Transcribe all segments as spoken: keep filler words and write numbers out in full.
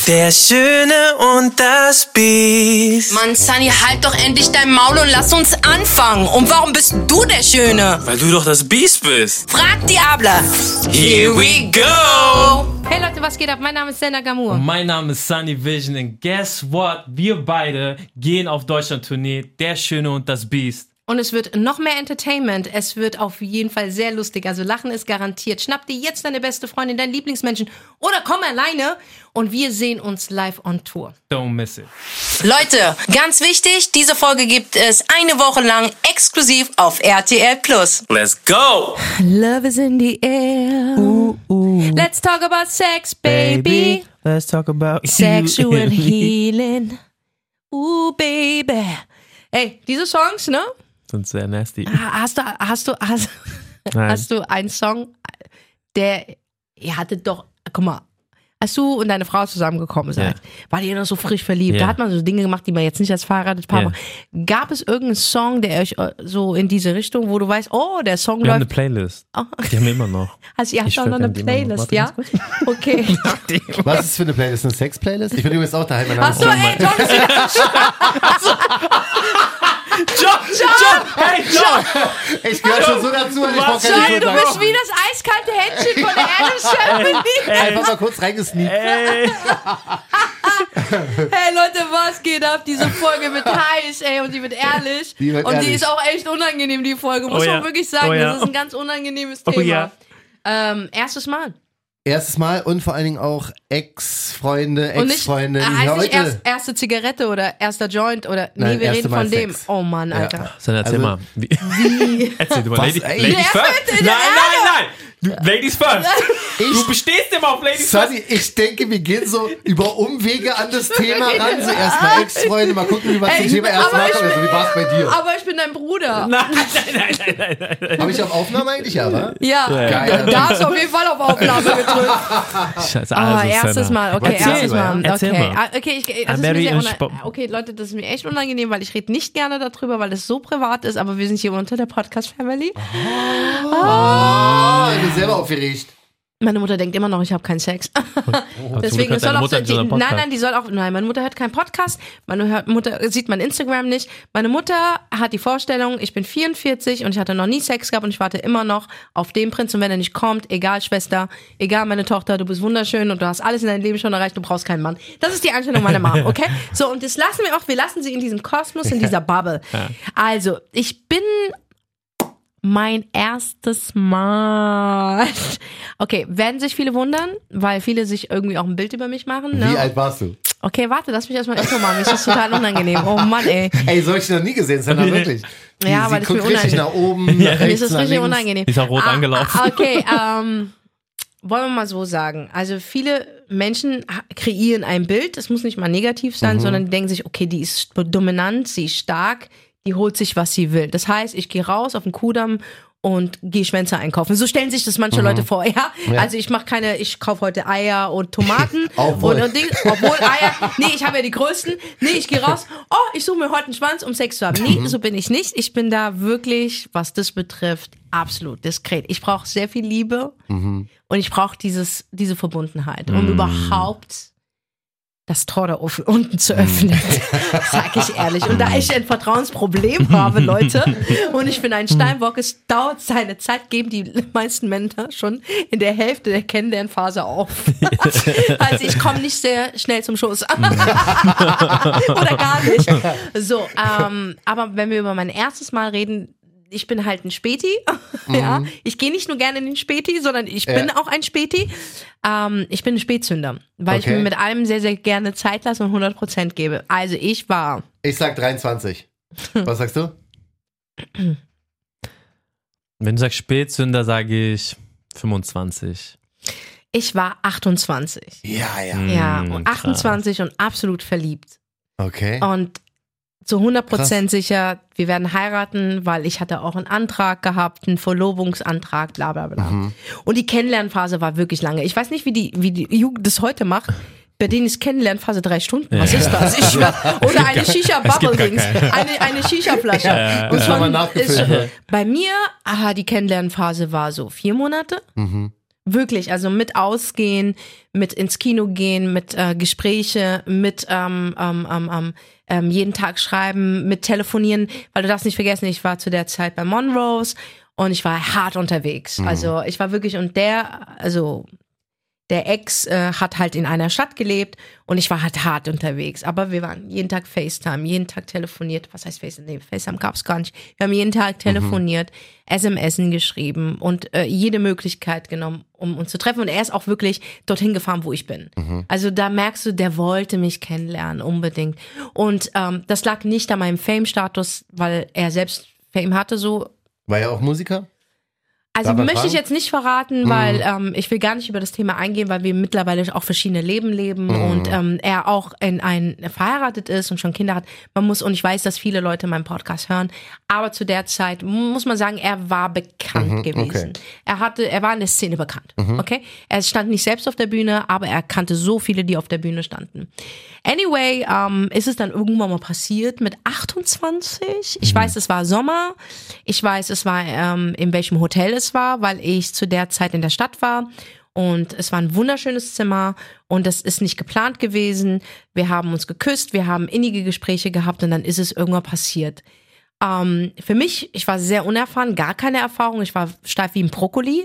Der Schöne und das Biest. Mann, Sunny, halt doch endlich dein Maul und lass uns anfangen. Und warum bist du der Schöne? Weil du doch das Biest bist. Frag Diabla. Here we go. Hey Leute, was geht ab? Mein Name ist Senna Gamur. Und mein Name ist Sunny Vision und guess what? Wir beide gehen auf Deutschland-Tournee, Der Schöne und das Biest. Und es wird noch mehr Entertainment. Es wird auf jeden Fall sehr lustig. Also Lachen ist garantiert. Schnapp dir jetzt deine beste Freundin, deinen Lieblingsmenschen oder komm alleine und wir sehen uns live on Tour. Don't miss it. Leute, ganz wichtig, diese Folge gibt es eine Woche lang exklusiv auf R T L Plus. Let's go. Love is in the air. Ooh, ooh. Let's talk about sex, baby. Let's talk about Sexual healing. Ooh, baby. Ey, diese Songs, ne? Sind sehr nasty. Hast du, hast du, hast, hast du einen Song, der, ihr hattet doch, guck mal, als du und deine Frau zusammengekommen seid, ja. Wart ihr noch so frisch verliebt, ja. Da hat man so Dinge gemacht, die man jetzt nicht als verheiratetes Paar macht. Ja. Gab es irgendeinen Song, der euch so in diese Richtung, wo du weißt, oh, der Song wir läuft. Wir haben eine Playlist. Oh. Die haben wir immer noch. Also ihr habt auch noch eine Playlist, ja? Okay. Was ist für eine Playlist? Eine Sex-Playlist? Ich bin übrigens auch daheim. Achso, ey, John ist John, John, hey John! Ich gehöre schon so dazu. Ich brauch John, keine du bist wie das eiskalte Händchen von der Adam Family. Einfach mal kurz reingesneakt. Hey. Hey Leute, was geht ab? Diese Folge wird heiß, ey, und die wird ehrlich. Die wird und ehrlich. Die ist auch echt unangenehm, die Folge. Muss oh ja. man wirklich sagen, oh ja. Das ist ein ganz unangenehmes Thema. Oh ja. ähm, erstes Mal. Erstes Mal und vor allen Dingen auch Ex-Freunde, Und nicht, Ex-Freunde. äh, heißt nicht erst, erste Zigarette oder erster Joint oder Nein, nee, wir reden Mal von dem. Sex. Oh Mann, Alter. Ja. Dann erzähl Also, mal. Wie? Wie? Erzähl du mal. Was, Lady, ey? Ladies Der first. fällt Nein, in der nein, nein. Du, Ladies first. Ich, Du bestehst immer auf Ladies first. Sunny, ich denke, wir gehen so über Umwege an das Thema ran. So erstmal Ex-Freunde, mal gucken, wie wir Ey, zum Thema erstmal aber ich kommen. Also, wie war es bei dir? Aber ich bin dein Bruder. Nein, nein, nein, nein, nein, nein, nein. Habe ich auf Aufnahme eigentlich? Ja, wa? Ja, Geil. da hast du auf jeden Fall auf Aufnahme gedrückt. Scheiße, Ah, also, erstes Senna. Mal, okay, Erzähl erstes mal, Mal. Erzähl Okay, mal. Ah, okay, ich, das I'm ist mir very sehr una- inspo- okay, Leute, das ist mir echt unangenehm, weil ich rede nicht gerne darüber, weil es so privat ist, aber wir sind hier unter der Podcast-Family. Oh, ich bin selber aufgeregt. Meine Mutter denkt immer noch, ich habe keinen Sex. Deswegen hört soll deine auch Mutter so, nicht die, unseren nein, Podcast. nein, die soll auch, nein, meine Mutter hört keinen Podcast. Meine hört, Mutter sieht mein Instagram nicht. Meine Mutter hat die Vorstellung, ich bin vierundvierzig und ich hatte noch nie Sex gehabt und ich warte immer noch auf den Prinz und wenn er nicht kommt, egal Schwester, egal meine Tochter, du bist wunderschön und du hast alles in deinem Leben schon erreicht, du brauchst keinen Mann. Das ist die Einstellung meiner Mom, okay? So, und das lassen wir auch, wir lassen sie in diesem Kosmos, in dieser Bubble. Also, ich bin mein erstes Mal. Okay, werden sich viele wundern, weil viele sich irgendwie auch ein Bild über mich machen. Ne? Wie alt warst du? Okay, warte, lass mich erstmal Intro machen. Mir ist das total unangenehm. Oh Mann, ey. Ey, so hab ich noch nie gesehen, Senna, wirklich. Die, Ja, sie weil das guckt mir richtig unangenehm- nach oben, nach Mir ist rechts, das nach richtig links. unangenehm. Ist auch rot Ah, angelaufen. ah, Okay, ähm, wollen wir mal so sagen. Also viele Menschen ha- kreieren ein Bild, es muss nicht mal negativ sein, sondern die denken sich, okay, die ist dominant, sie ist stark, die holt sich, was sie will. Das heißt, ich gehe raus auf den Kudamm und gehe Schwänze einkaufen. So stellen sich das manche mhm. Leute vor, ja? Ja. Also ich mache keine, ich kaufe heute Eier und Tomaten. Obwohl. und, und Ding, obwohl Eier, nee, ich habe ja die größten. Nee, ich gehe raus, oh, ich suche mir heute einen Schwanz, um Sex zu haben. Nee, so bin ich nicht. Ich bin da wirklich, was das betrifft, absolut diskret. Ich brauche sehr viel Liebe mhm. und ich brauche dieses, diese Verbundenheit, um mhm. überhaupt das Tor da unten zu öffnen, sag ich ehrlich. Und da ich ein Vertrauensproblem habe, Leute, und ich bin ein Steinbock, es dauert seine Zeit, geben die meisten Männer schon in der Hälfte der Kennenlernphase auf. Also ich komme nicht sehr schnell zum Schuss. Oder gar nicht. So, ähm, aber wenn wir über mein erstes Mal reden, ich bin halt ein Späti, mhm. ja. Ich gehe nicht nur gerne in den Späti, sondern ich bin ja. auch ein Späti. Ähm, ich bin ein Spätzünder, weil okay. ich mir mit allem sehr, sehr gerne Zeit lasse und hundert Prozent gebe. Also ich war... Ich sag dreiundzwanzig. Was sagst du? Wenn du sagst Spätzünder, sage ich fünfundzwanzig. Ich war achtundzwanzig. Ja, ja. Ja, Mm, und achtundzwanzig und absolut verliebt. Okay. Und zu hundert Prozent sicher, wir werden heiraten, weil ich hatte auch einen Antrag gehabt, einen Verlobungsantrag, bla bla bla. Mhm. Und die Kennenlernphase war wirklich lange. Ich weiß nicht, wie die, wie die Jugend das heute macht. Bei denen ist Kennenlernphase drei Stunden. Was ja. ist das? Ich schwör. Oder eine Shisha-Bubble-Dings. Eine, eine Shisha-Flasche. Ja, und schon mal ist, nachgefüllt. bei mir, aha, die Kennenlernphase war so vier Monate. Mhm. Wirklich, also mit ausgehen, mit ins Kino gehen, mit äh, Gespräche, mit ähm, ähm, ähm, ähm, jeden Tag schreiben, mit telefonieren, weil du darfst nicht vergessen, ich war zu der Zeit bei Monrose und ich war hart unterwegs. Mhm. Also ich war wirklich, und der, also der Ex äh, hat halt in einer Stadt gelebt und ich war halt hart unterwegs. Aber wir waren jeden Tag FaceTime, jeden Tag telefoniert. Was heißt FaceTime? Nee, FaceTime gab es gar nicht. Wir haben jeden Tag telefoniert, mhm. S M S geschrieben und äh, jede Möglichkeit genommen, um uns zu treffen. Und er ist auch wirklich dorthin gefahren, wo ich bin. Mhm. Also da merkst du, der wollte mich kennenlernen, unbedingt. Und ähm, das lag nicht an meinem Fame-Status, weil er selbst Fame hatte so. War er auch Musiker? Also möchte ich jetzt nicht verraten, weil mm. ähm, ich will gar nicht über das Thema eingehen, weil wir mittlerweile auch verschiedene Leben leben mm. und ähm, er auch in ein verheiratet ist und schon Kinder hat. Man muss, und ich weiß, dass viele Leute meinen Podcast hören, aber zu der Zeit muss man sagen, er war bekannt mhm, gewesen. Okay. Er hatte, er war in der Szene bekannt. Mhm. Okay, er stand nicht selbst auf der Bühne, aber er kannte so viele, die auf der Bühne standen. Anyway, ähm, ist es dann irgendwann mal passiert mit achtundzwanzig. Ich mhm. weiß, es war Sommer. Ich weiß, es war ähm, in welchem Hotel es war, weil ich zu der Zeit in der Stadt war. Und es war ein wunderschönes Zimmer und das ist nicht geplant gewesen. Wir haben uns geküsst, wir haben innige Gespräche gehabt und dann ist es irgendwann passiert. Ähm, für mich, ich war sehr unerfahren, gar keine Erfahrung. Ich war steif wie ein Brokkoli.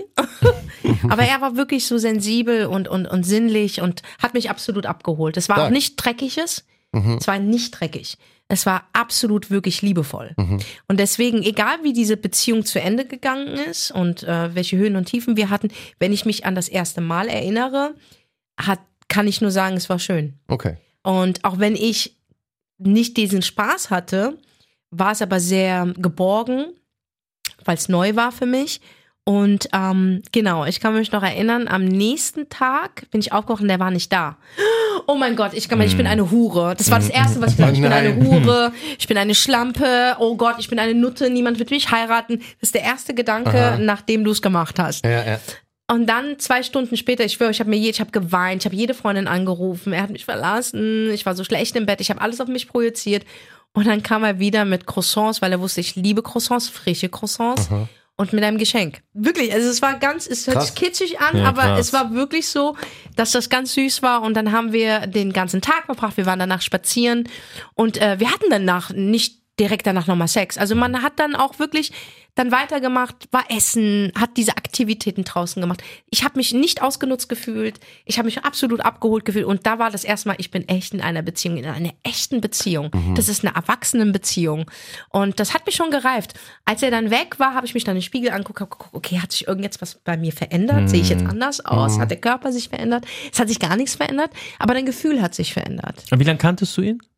Aber er war wirklich so sensibel und, und, und sinnlich und hat mich absolut abgeholt. Es war Stark. Auch nicht dreckiges. Mhm. Es war nicht dreckig. Es war absolut wirklich liebevoll. Mhm. Und deswegen, egal wie diese Beziehung zu Ende gegangen ist und äh, welche Höhen und Tiefen wir hatten, wenn ich mich an das erste Mal erinnere, hat, kann ich nur sagen, es war schön. Okay. Und auch wenn ich nicht diesen Spaß hatte, war es aber sehr geborgen, weil es neu war für mich. Und ähm, genau, ich kann mich noch erinnern, am nächsten Tag bin ich aufgewacht und der war nicht da. Oh mein Gott, ich, kann, ich bin eine Hure. Das war das Erste, was ich gesagt habe. Ich bin eine Hure, ich bin eine Schlampe, oh Gott, ich bin eine Nutte, niemand wird mich heiraten. Das ist der erste Gedanke, Aha. nachdem du es gemacht hast. Ja, ja. Und dann zwei Stunden später, ich schwöre, ich habe mir je, ich habe geweint, ich habe jede Freundin angerufen, er hat mich verlassen, ich war so schlecht im Bett, ich habe alles auf mich projiziert. Und dann kam er wieder mit Croissants, weil er wusste, ich liebe Croissants, frische Croissants. Aha. Und mit einem Geschenk. Wirklich, also es war ganz, es hört sich kitschig an, ja, aber krass. Es war wirklich so, dass das ganz süß war. Und dann haben wir den ganzen Tag verbracht, wir waren danach spazieren und äh, wir hatten danach nicht direkt danach nochmal Sex. Also man hat dann auch wirklich dann weitergemacht, war essen, hat diese Aktivitäten draußen gemacht. Ich habe mich nicht ausgenutzt gefühlt. Ich habe mich absolut abgeholt gefühlt. Und da war das erste Mal, ich bin echt in einer Beziehung, in einer echten Beziehung. Mhm. Das ist eine Erwachsenenbeziehung. Und das hat mich schon gereift. Als er dann weg war, habe ich mich dann in den Spiegel angeguckt, hab geguckt, okay, hat sich irgendetwas bei mir verändert? Mhm. Sehe ich jetzt anders aus? Mhm. Hat der Körper sich verändert? Es hat sich gar nichts verändert, aber dein Gefühl hat sich verändert. Und wie lange kanntest du ihn?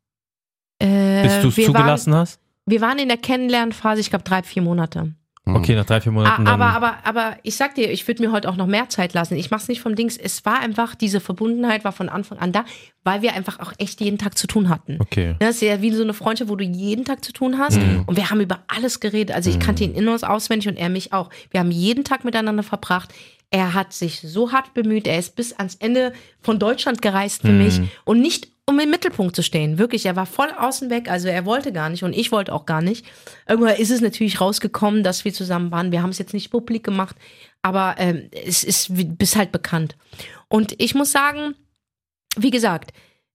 Äh, Bis du es zugelassen waren, hast? Wir waren in der Kennenlernphase, ich glaube drei, vier Monate. Okay, nach drei, vier Monaten. Aber, aber, aber ich sag dir, ich würde mir heute auch noch mehr Zeit lassen. Ich mach's nicht vom Dings. Es war einfach, diese Verbundenheit war von Anfang an da, weil wir einfach auch echt jeden Tag zu tun hatten. Okay. Das ist ja wie so eine Freundschaft, wo du jeden Tag zu tun hast. Mhm. Und wir haben über alles geredet. Also ich kannte ihn in- und auswendig und er mich auch. Wir haben jeden Tag miteinander verbracht. Er hat sich so hart bemüht. Er ist bis ans Ende von Deutschland gereist für mhm. mich. Und nicht um im Mittelpunkt zu stehen. Wirklich, er war voll außen weg. Also er wollte gar nicht und ich wollte auch gar nicht. Irgendwann ist es natürlich rausgekommen, dass wir zusammen waren. Wir haben es jetzt nicht publik gemacht, aber ähm, es ist bis halt bekannt. Und ich muss sagen, wie gesagt,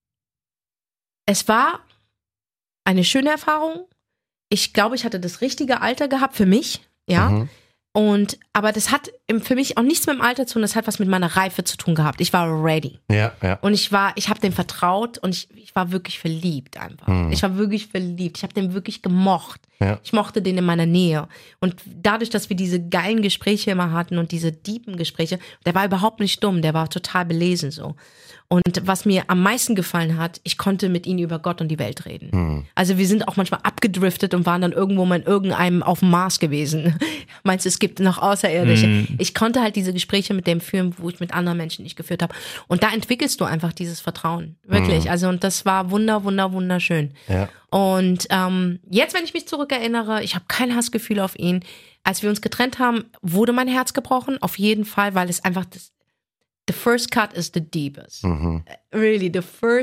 es war eine schöne Erfahrung. Ich glaube, ich hatte das richtige Alter gehabt für mich, ja. Mhm. Und, aber das hat für mich auch nichts mit dem Alter zu tun, das hat was mit meiner Reife zu tun gehabt. Ich war ready. Ja, ja. Und ich war, ich habe dem vertraut und ich, ich war wirklich verliebt einfach. Hm. Ich war wirklich verliebt. Ich habe den wirklich gemocht. Ja. Ich mochte den in meiner Nähe. Und dadurch, dass wir diese geilen Gespräche immer hatten und diese deepen Gespräche, der war überhaupt nicht dumm, der war total belesen so. Und was mir am meisten gefallen hat, ich konnte mit ihnen über Gott und die Welt reden. Hm. Also wir sind auch manchmal abgedriftet und waren dann irgendwo mal in irgendeinem auf dem Mars gewesen. Meinst du, es gibt noch Außerirdische? Hm. Ich konnte halt diese Gespräche mit dem führen, wo ich mit anderen Menschen nicht geführt habe. Und da entwickelst du einfach dieses Vertrauen. Wirklich. Hm. Also und das war wunder, wunder, wunderschön. Ja. Und ähm, jetzt, wenn ich mich zurückerinnere, ich habe kein Hassgefühl auf ihn. Als wir uns getrennt haben, wurde mein Herz gebrochen. Auf jeden Fall, weil es einfach das The first cut is the deepest. Mhm. Really, the first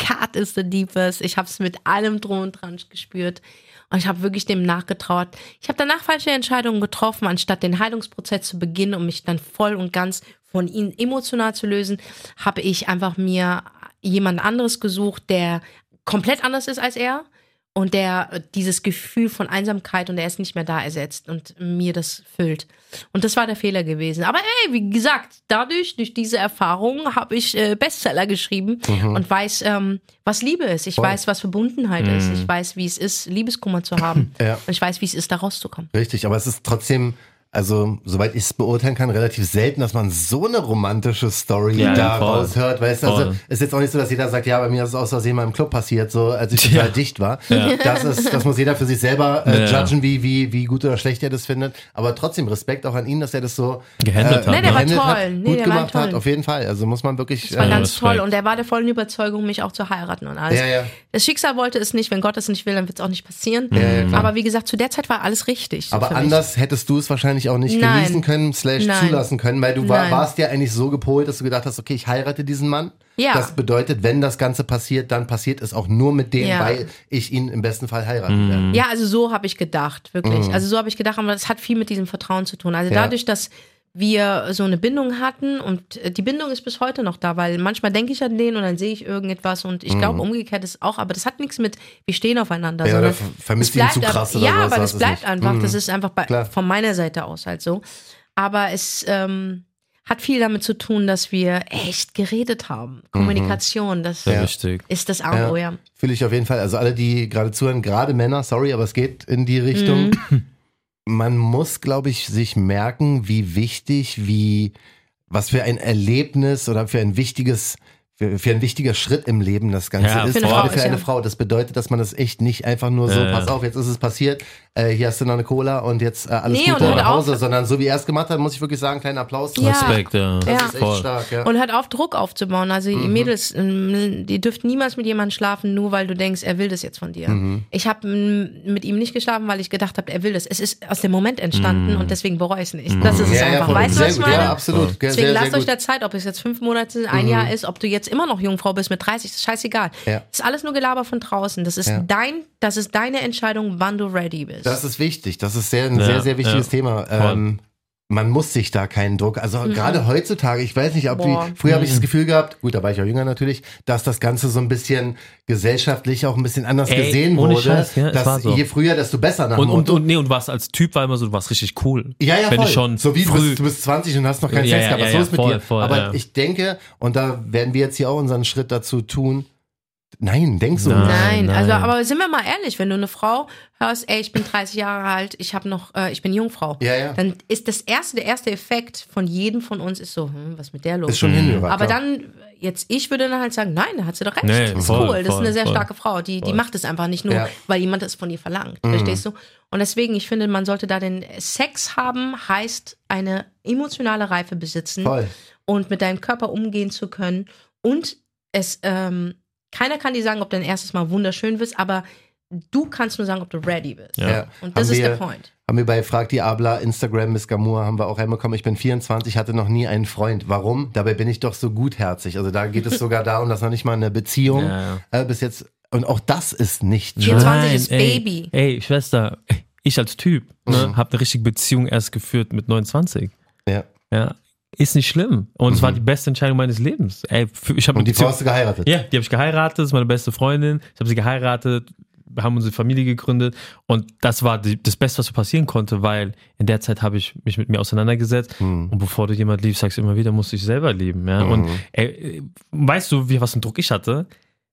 God is the deepest. Ich habe es mit allem drum und dran gespürt. Und ich habe wirklich dem nachgetrauert. Ich habe danach falsche Entscheidungen getroffen, anstatt den Heilungsprozess zu beginnen, um mich dann voll und ganz von ihm emotional zu lösen, habe ich einfach mir jemand anderes gesucht, der komplett anders ist als er und der dieses Gefühl von Einsamkeit und er ist nicht mehr da ersetzt und mir das füllt. Und das war der Fehler gewesen. Aber ey, wie gesagt, dadurch, durch diese Erfahrung habe ich äh, Bestseller geschrieben mhm. und weiß, ähm, was Liebe ist. Ich Voll. weiß, was Verbundenheit mhm. ist. Ich weiß, wie es ist, Liebeskummer zu haben. Ja. Und ich weiß, wie es ist, da rauszukommen. Richtig, aber es ist trotzdem... Also, soweit ich es beurteilen kann, relativ selten, dass man so eine romantische Story ja, daraus hört. Weißt du, also, ist jetzt auch nicht so, dass jeder sagt, ja, bei mir ist es aus Versehen mal im Club passiert, so, als ich total ja. dicht war. Ja. Das ist, das muss jeder für sich selber äh, ja. judgen, wie, wie, wie gut oder schlecht er das findet. Aber trotzdem Respekt auch an ihn, dass er das so gehandelt äh, hat. Nee, der war toll. Hat, nee, gut der gemacht war hat, auf jeden Fall. Also, muss man wirklich. Das war äh, ganz Respekt. toll. Und er war der vollen Überzeugung, mich auch zu heiraten und alles. Ja, ja. Das Schicksal wollte es nicht. Wenn Gott es nicht will, dann wird es auch nicht passieren. Ja, ja, aber wie gesagt, zu der Zeit war alles richtig. So aber anders mich. hättest du es wahrscheinlich auch nicht Nein. genießen können, slash Nein. zulassen können, weil du war, Nein. warst ja eigentlich so gepolt, dass du gedacht hast, okay, ich heirate diesen Mann. Ja. Das bedeutet, wenn das Ganze passiert, dann passiert es auch nur mit dem, Ja. weil ich ihn im besten Fall heiraten werde. Ja, also so habe ich gedacht, wirklich. Mhm. Also so habe ich gedacht, aber das hat viel mit diesem Vertrauen zu tun. Also Ja. dadurch, dass wir so eine Bindung hatten und die Bindung ist bis heute noch da, weil manchmal denke ich an den und dann sehe ich irgendetwas und ich glaube, umgekehrt ist auch, aber das hat nichts mit, wir stehen aufeinander. Ja, sondern oder vermisst es ihn bleibt zu krass einfach- oder Ja, sowas, aber weiß das es bleibt nicht. einfach, Mhm. das ist einfach bei, Klar. von meiner Seite aus halt so. Aber es ähm, hat viel damit zu tun, dass wir echt geredet haben. Kommunikation, das Sehr wichtig. ist das A und O, ja. Fühle ich auf jeden Fall. Also alle, die gerade zuhören, gerade Männer, sorry, aber es geht in die Richtung. Mhm. Man muss, glaube ich, sich merken, wie wichtig, wie, was für ein Erlebnis oder für ein wichtiges, für, für ein wichtiger Schritt im Leben das Ganze Ja, ist. für eine Gerade Frau für ist, eine ja. Frau. Das bedeutet, dass man das echt nicht einfach nur so, Ja, ja. pass auf, jetzt ist es passiert, äh, hier hast du noch eine Cola und jetzt äh, alles Nee, Gute und nach auch- Hause, sondern so wie er es gemacht hat, muss ich wirklich sagen, kleinen Applaus. Ja. Respekt, ja. Das Ja. ist echt Voll. stark, ja. Und hört auf, Druck aufzubauen. Also die Mädels, ähm, die dürft niemals mit jemandem schlafen, nur weil du denkst, er will das jetzt von dir. Ich habe mit ihm nicht geschlafen, weil ich gedacht habe, er will das. Es ist aus dem Moment entstanden und deswegen bereue ich es nicht. Das ist es ja, ja, einfach. voll. Weißt du, sehr was ich gut, meine? ja, absolut. Ja, Deswegen sehr, lasst sehr euch gut. da Zeit, ob es jetzt fünf Monate sind, ein Jahr ist, ob du jetzt immer noch Jungfrau bist mit dreißig, ist scheißegal. Ja. Das ist alles nur Gelaber von draußen. Das ist Ja. dein, das ist deine Entscheidung, wann du ready bist. Das ist wichtig. Das ist sehr, ein Ja, sehr, sehr wichtiges ja. Thema. Ähm, man muss sich da keinen Druck, also gerade heutzutage, ich weiß nicht, ob Boah. wie, früher habe ich das Gefühl gehabt, gut, da war ich auch jünger natürlich, dass das Ganze so ein bisschen gesellschaftlich auch ein bisschen anders Ey, gesehen ohne wurde. Scheiß, ja, es dass war so. je früher, desto besser nach Und, und, Motto. und, nee, und was als Typ war immer so, du warst richtig cool. Ja, ja, Wenn voll. ich schon so wie du früh, bist, du bist zwanzig und hast noch keinen Ja, Sex ja, gehabt. Was ja, los mit voll, dir? voll, Aber ja. ich denke, und da werden wir jetzt hier auch unseren Schritt dazu tun, nein, denkst du Nein. nicht. Nein, nein. also aber sind wir mal ehrlich, wenn du eine Frau hörst, ey, ich bin dreißig Jahre alt, ich habe noch, äh, ich bin Jungfrau, Ja, ja. dann ist das erste, der erste Effekt von jedem von uns ist so, hm, was ist mit der los? Ist schon Hinhörer, aber klar. dann, jetzt ich würde dann halt sagen, nein, da hat sie doch recht. Nee, das ist voll, cool, das ist voll, eine sehr voll. starke Frau, die, die macht es einfach nicht nur, Ja. weil jemand es von ihr verlangt, verstehst du? Und deswegen, ich finde, man sollte da den Sex haben, heißt eine emotionale Reife besitzen Voll. und mit deinem Körper umgehen zu können und es, ähm, keiner kann dir sagen, ob dein erstes Mal wunderschön bist, aber du kannst nur sagen, ob du ready bist. Ja. Ja. Und das Haben ist wir- der Point. Haben wir bei Frag die Abla, Instagram, Miss Gamur, haben wir auch reinbekommen. Ich bin vierundzwanzig, hatte noch nie einen Freund. Warum? Dabei bin ich doch so gutherzig. Also da geht es sogar darum, dass noch nicht mal eine Beziehung Ja. äh, bis jetzt. Und auch das ist nicht schön. vierundzwanzig ist ey, Baby. Ey, Schwester, ich als Typ ne, Mhm. habe eine richtige Beziehung erst geführt mit neunundzwanzig. Ja. Ja, ist nicht schlimm. Und es war die beste Entscheidung meines Lebens. Ey, für, ich hab Und eine die Frau Beziehung- hast du geheiratet. Ja, die habe ich geheiratet, das ist meine beste Freundin. Ich habe sie geheiratet, wir haben unsere Familie gegründet und das war die, das Beste, was so passieren konnte, weil in der Zeit habe ich mich mit mir auseinandergesetzt und bevor du jemand liebst, sagst du immer wieder, musst du dich selber lieben. Ja? Und ey, weißt du, wie, was für einen Druck ich hatte?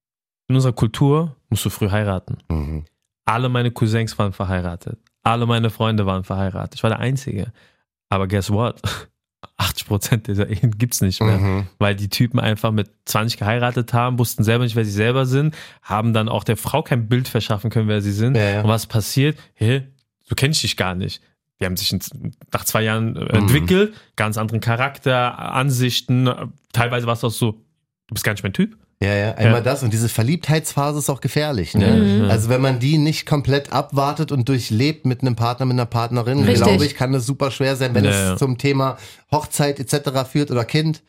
In unserer Kultur musst du früh heiraten. Mhm. Alle meine Cousins waren verheiratet. Alle meine Freunde waren verheiratet. Ich war der Einzige. Aber guess what? achtzig Prozent dieser Ehen gibt's nicht mehr, Mhm. weil die Typen einfach mit zwanzig geheiratet haben, wussten selber nicht, wer sie selber sind, haben dann auch der Frau kein Bild verschaffen können, wer sie sind. Ja, ja. Und was passiert? Hey, so kenn ich dich gar nicht. Die haben sich in, nach zwei Jahren äh, entwickelt, ganz anderen Charakter, Ansichten. Teilweise war es auch so, du bist gar nicht mein Typ. Ja, ja, einmal Ja. das und diese Verliebtheitsphase ist auch gefährlich. Ne? Mhm. Also wenn man die nicht komplett abwartet und durchlebt mit einem Partner, mit einer Partnerin, Richtig. glaube ich, kann es super schwer sein, wenn Ja, es ja. zum Thema Hochzeit et cetera führt oder Kind.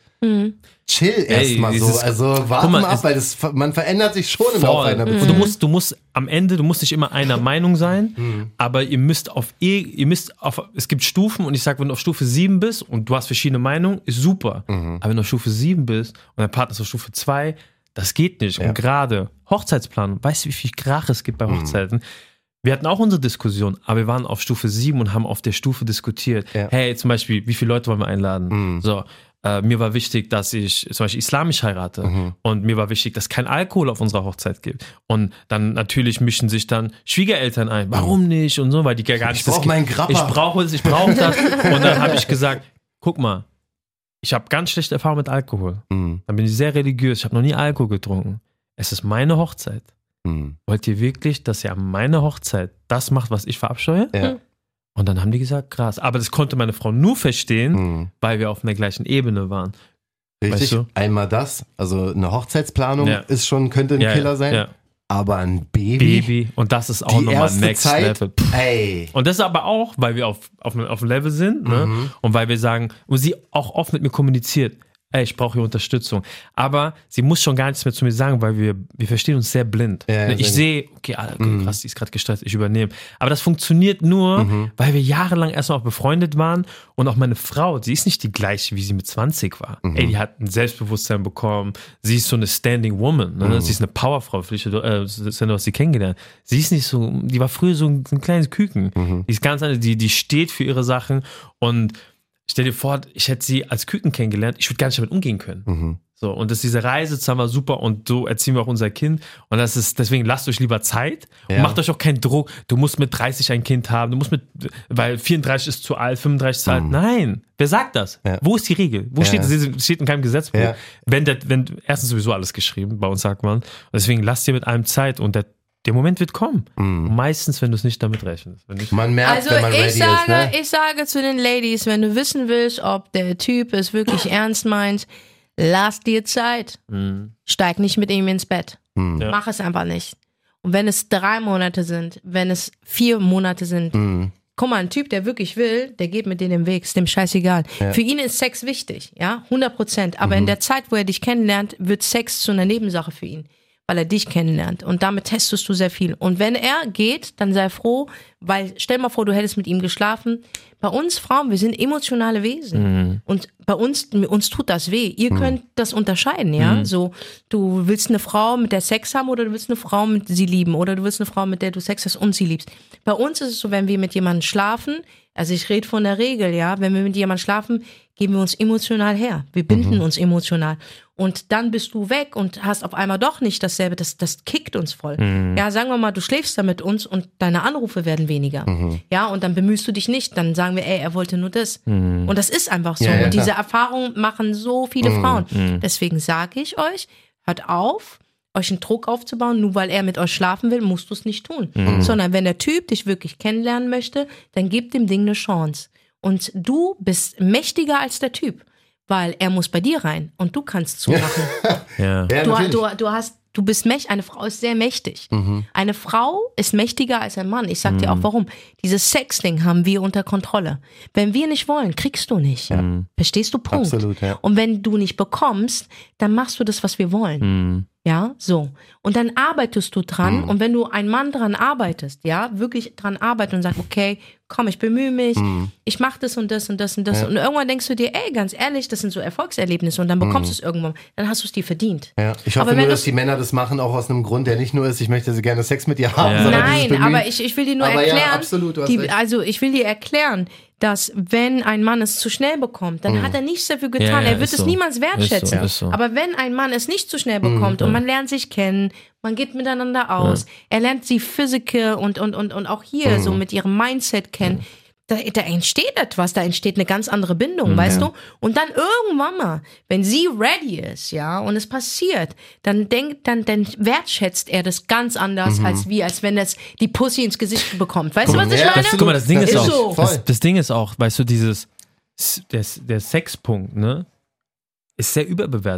Chill erstmal so, dieses- also warte Guck mal, mal es- ab, weil das, man verändert sich schon im Laufe Voll. einer Und Beziehung. du musst, du musst am Ende, du musst nicht immer einer Meinung sein, aber ihr müsst auf, eh- ihr müsst auf, es gibt Stufen und ich sag, wenn du auf Stufe sieben bist und du hast verschiedene Meinungen, ist super. Aber wenn du auf Stufe sieben bist und dein Partner ist auf Stufe zwei, das geht nicht. Ja. Und gerade Hochzeitsplanung, weißt du, wie viel Krach es gibt bei Hochzeiten? Wir hatten auch unsere Diskussion, aber wir waren auf Stufe sieben und haben auf der Stufe diskutiert. Ja. Hey, zum Beispiel, wie viele Leute wollen wir einladen? So, äh, mir war wichtig, dass ich zum Beispiel islamisch heirate. Und mir war wichtig, dass kein Alkohol auf unserer Hochzeit gibt. Und dann natürlich mischen sich dann Schwiegereltern ein. Warum nicht? Und so, weil die gar nicht Ich brauch das- meinen Grappa. Ich brauche es, ich brauche das. Und dann habe ich gesagt, guck mal, ich habe ganz schlechte Erfahrungen mit Alkohol. Mhm. Dann bin ich sehr religiös. Ich habe noch nie Alkohol getrunken. Es ist meine Hochzeit. Mhm. Wollt ihr wirklich, dass ihr an meiner Hochzeit das macht, was ich verabscheue? Ja. Und dann haben die gesagt, krass. Aber das konnte meine Frau nur verstehen, Mhm. weil wir auf einer gleichen Ebene waren. Richtig, Weißt du? einmal das, also eine Hochzeitsplanung Ja. ist schon, könnte ein Ja, Killer ja, sein, ja. aber ein Baby, Baby. Und das ist auch die nochmal erste Next Zeit, Level. Puh. ey, Und das ist aber auch, weil wir auf, auf, einem- auf einem Level sind, ne? Mhm. Und weil wir sagen, und sie auch oft mit mir kommuniziert, ey, ich brauche hier Unterstützung. Aber sie muss schon gar nichts mehr zu mir sagen, weil wir, wir verstehen uns sehr blind. Ja, ja, ich sehr sehe, okay, ah, okay krass, die ist gerade gestresst, ich übernehme. Aber das funktioniert nur, Mhm. weil wir jahrelang erstmal auch befreundet waren und auch meine Frau, sie ist nicht die gleiche, wie sie mit zwanzig war. Mhm. Ey, die hat ein Selbstbewusstsein bekommen. Sie ist so eine Standing Woman. Ne? Mhm. Sie ist eine Powerfrau. Vielleicht äh, Sven, du hast sie kennengelernt. Sie ist nicht so, die war früher so ein, ein kleines Küken. Mhm. Die ist ganz anders, die, die steht für ihre Sachen und stell dir vor, ich hätte sie als Küken kennengelernt, ich würde gar nicht damit umgehen können. Mhm. So, und das, diese Reise zusammen war super und so erziehen wir auch unser Kind. Und das ist, deswegen lasst euch lieber Zeit und Ja. macht euch auch keinen Druck. Du musst mit dreißig ein Kind haben, du musst mit, weil vierunddreißig ist zu alt, fünfunddreißig ist zu alt. Nein. Wer sagt das? Ja. Wo ist die Regel? Wo Ja. steht das? Steht in keinem Gesetzbuch. Ja. Wenn der, wenn, erstens sowieso alles geschrieben, bei uns sagt man. Und deswegen lasst ihr mit einem Zeit und der, der Moment wird kommen. Und meistens, wenn du es nicht damit rechnest. Wenn nicht, man merkt, Also wenn man ich ready sage, ist, ne? ich sage zu den Ladies, wenn du wissen willst, ob der Typ es wirklich ernst meint, lass dir Zeit. Steig nicht mit ihm ins Bett. Ja. Mach es einfach nicht. Und wenn es drei Monate sind, wenn es vier Monate sind, guck mal, ein Typ, der wirklich will, der geht mit dir den Weg, ist dem scheißegal. Für ihn ist Sex wichtig, ja, hundert Prozent. Aber in der Zeit, wo er dich kennenlernt, wird Sex zu einer Nebensache für ihn, weil er dich kennenlernt. Und damit testest du sehr viel. Und wenn er geht, dann sei froh, weil stell mal vor, du hättest mit ihm geschlafen. Bei uns Frauen, wir sind emotionale Wesen. Und bei uns, uns tut das weh. Ihr könnt das unterscheiden, ja. So, du willst eine Frau, mit der Sex haben oder du willst eine Frau, mit sie lieben oder du willst eine Frau, mit der du Sex hast und sie liebst. Bei uns ist es so, wenn wir mit jemandem schlafen, also ich rede von der Regel, ja, wenn wir mit jemandem schlafen, geben wir uns emotional her. Wir binden uns emotional. Und dann bist du weg und hast auf einmal doch nicht dasselbe. Das, das kickt uns voll. Ja, sagen wir mal, du schläfst da mit uns und deine Anrufe werden weniger. Ja, und dann bemühst du dich nicht. Dann sagen wir, ey, er wollte nur das. Und das ist einfach so. Ja, ja, und diese klar. Erfahrung machen so viele Frauen. Deswegen sage ich euch, hört auf, euch einen Druck aufzubauen, nur weil er mit euch schlafen will, musst du es nicht tun. Sondern wenn der Typ dich wirklich kennenlernen möchte, dann gib dem Ding eine Chance. Und du bist mächtiger als der Typ, weil er muss bei dir rein und du kannst zumachen. ja. Ja, Du, natürlich. du, du hast, du bist mächtig. Eine Frau ist sehr mächtig. Eine Frau ist mächtiger als ein Mann. Ich sag dir auch warum. Dieses Sexding haben wir unter Kontrolle. Wenn wir nicht wollen, kriegst du nicht. Verstehst du? Punkt. Absolut, ja. Und wenn du nicht bekommst, dann machst du das, was wir wollen. Ja, so. Und dann arbeitest du dran. Und wenn du ein Mann dran arbeitest, ja, wirklich dran arbeitest und sagst, okay, komm, ich bemühe mich, ich mach das und das und das und das. Und irgendwann denkst du dir, ey, ganz ehrlich, das sind so Erfolgserlebnisse und dann bekommst du es irgendwann. Dann hast du es dir verdient. Ja, ich hoffe Aber wenn nur, du- dass die Männer das machen, auch aus einem Grund, der nicht nur ist, ich möchte sie gerne Sex mit dir haben, sondern dieses Nein, Bemühen. aber ich, ich will dir nur Aber ja, erklären, absolut, du hast die, recht. also ich will dir erklären, dass wenn ein Mann es zu schnell bekommt, dann hat er nichts dafür getan. Ja, ja, er wird ist es so. niemals wertschätzen. Ist so, ist so. Aber wenn ein Mann es nicht zu schnell bekommt und man lernt sich kennen, man geht miteinander aus, er lernt sie Physiker und, und, und, und auch hier so mit ihrem Mindset kennen, da, da entsteht etwas, da entsteht eine ganz andere Bindung, weißt du? Und dann irgendwann mal, wenn sie ready ist, ja, und es passiert, dann denkt, dann, dann wertschätzt er das ganz anders als wie, als wenn es die Pussy ins Gesicht bekommt. Weißt du, was ich Ja, meine? das- Guck mal, das Ding Das ist, ist auch, so. Voll. das, das Ding ist auch, weißt du, dieses, der, der Sexpunkt, ne, ist sehr überbewertet.